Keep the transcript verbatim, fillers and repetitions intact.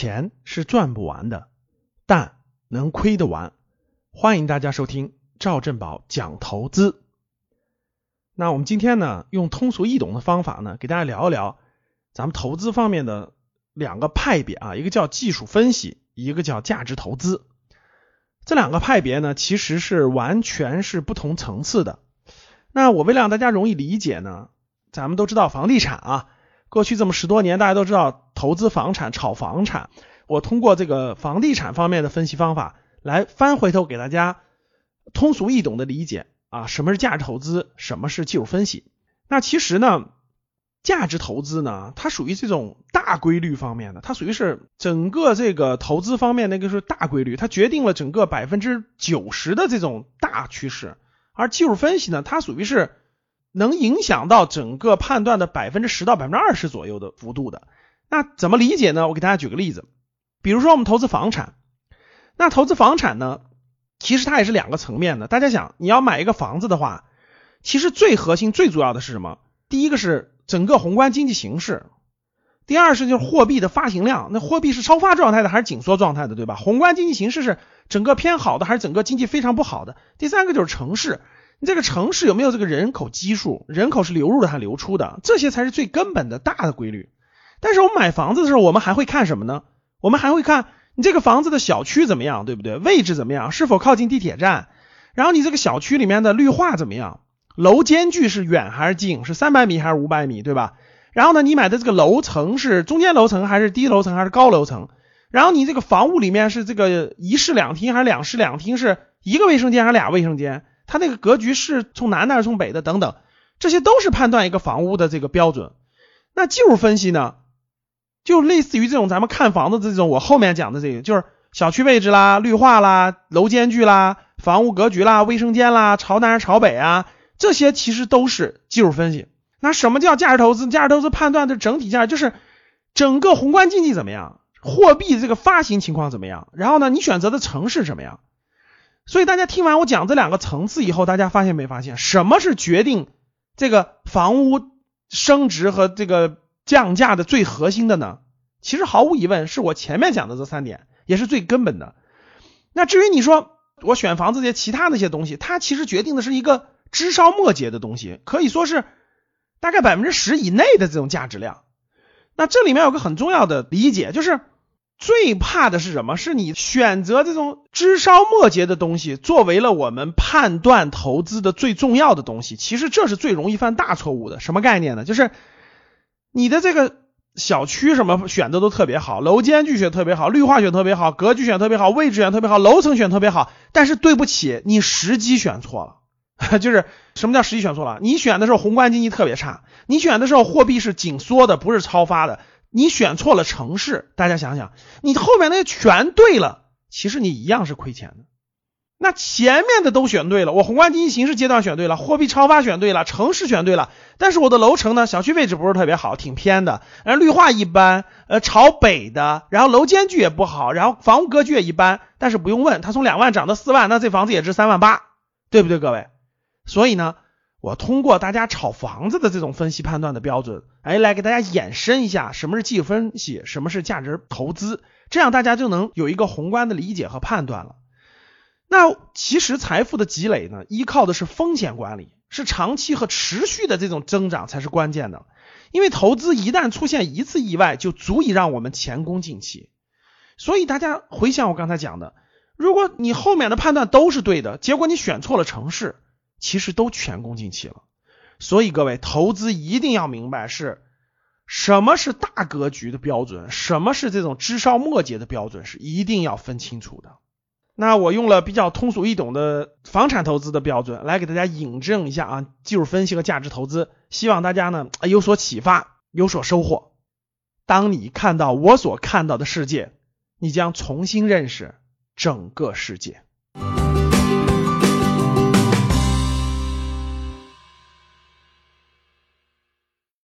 钱是赚不完的，但能亏得完。欢迎大家收听赵正宝讲投资。那我们今天呢，用通俗易懂的方法呢，给大家聊一聊咱们投资方面的两个派别啊，一个叫技术分析，一个叫价值投资。这两个派别呢，其实是完全是不同层次的。那我为了让大家容易理解呢，咱们都知道房地产啊，过去这么十多年，大家都知道投资房产、炒房产。我通过这个房地产方面的分析方法，来翻回头给大家通俗易懂的理解啊，什么是价值投资，什么是技术分析。那其实呢，价值投资呢，它属于这种大规律方面的，它属于是整个这个投资方面那个是大规律，它决定了整个 百分之九十 的这种大趋势。而技术分析呢，它属于是能影响到整个判断的 百分之十 到 百分之二十 左右的幅度的。那怎么理解呢？我给大家举个例子，比如说我们投资房产，那投资房产呢，其实它也是两个层面的。大家想，你要买一个房子的话，其实最核心最主要的是什么？第一个是整个宏观经济形势，第二是就是货币的发行量，那货币是超发状态的还是紧缩状态的，对吧？宏观经济形势是整个偏好的还是整个经济非常不好的？第三个就是城市，你这个城市有没有这个人口基数，人口是流入的还是流出的，这些才是最根本的大的规律。但是我们买房子的时候，我们还会看什么呢？我们还会看你这个房子的小区怎么样，对不对？位置怎么样，是否靠近地铁站，然后你这个小区里面的绿化怎么样，楼间距是远还是近，是三百米还是五百米，对吧？然后呢，你买的这个楼层是中间楼层还是低楼层还是高楼层，然后你这个房屋里面是这个一室两厅还是两室两厅，是一个卫生间还是俩卫生间，它那个格局是从南的还是从北的等等，这些都是判断一个房屋的这个标准。那技术分析呢，就类似于这种咱们看房子的这种我后面讲的这个，就是小区位置啦、绿化啦、楼间距啦、房屋格局啦、卫生间啦、朝南朝北啊，这些其实都是技术分析。那什么叫价值投资？价值投资判断的整体价值就是整个宏观经济怎么样，货币这个发行情况怎么样，然后呢，你选择的城市怎么样。所以大家听完我讲这两个层次以后，大家发现没发现什么是决定这个房屋升值和这个降价的最核心的呢？其实毫无疑问是我前面讲的这三点，也是最根本的。那至于你说我选房子这些其他的一些东西，它其实决定的是一个枝梢末节的东西，可以说是大概 百分之十 以内的这种价值量。那这里面有个很重要的理解，就是最怕的是什么？是你选择这种枝梢末节的东西作为了我们判断投资的最重要的东西。其实这是最容易犯大错误的。什么概念呢？就是你的这个小区什么选的都特别好，楼间距选特别好，绿化选特别好，格局选特别好，位置选特别好，楼层选特别好，但是对不起，你时机选错了。就是什么叫时机选错了？你选的时候宏观经济特别差，你选的时候货币是紧缩的，不是超发的，你选错了城市。大家想想，你后面那些全对了，其实你一样是亏钱的。那前面的都选对了，我宏观经济形势阶段选对了，货币超发选对了，城市选对了，但是我的楼层呢，小区位置不是特别好，挺偏的，然后绿化一般，呃，朝北的，然后楼间距也不好，然后房屋格局也一般，但是不用问，它从两万涨到四万，那这房子也值三万八，对不对各位？所以呢，我通过大家炒房子的这种分析判断的标准，哎，来给大家衍生一下什么是技术分析，什么是价值投资，这样大家就能有一个宏观的理解和判断了。那其实财富的积累呢，依靠的是风险管理，是长期和持续的这种增长才是关键的。因为投资一旦出现一次意外，就足以让我们前功尽弃。所以大家回想我刚才讲的，如果你后面的判断都是对的，结果你选错了城市，其实都前功尽弃了。所以各位，投资一定要明白是什么是大格局的标准，什么是这种枝梢末节的标准，是一定要分清楚的。那我用了比较通俗易懂的房产投资的标准来给大家引证一下啊，技术分析和价值投资，希望大家呢有所启发，有所收获。当你看到我所看到的世界，你将重新认识整个世界。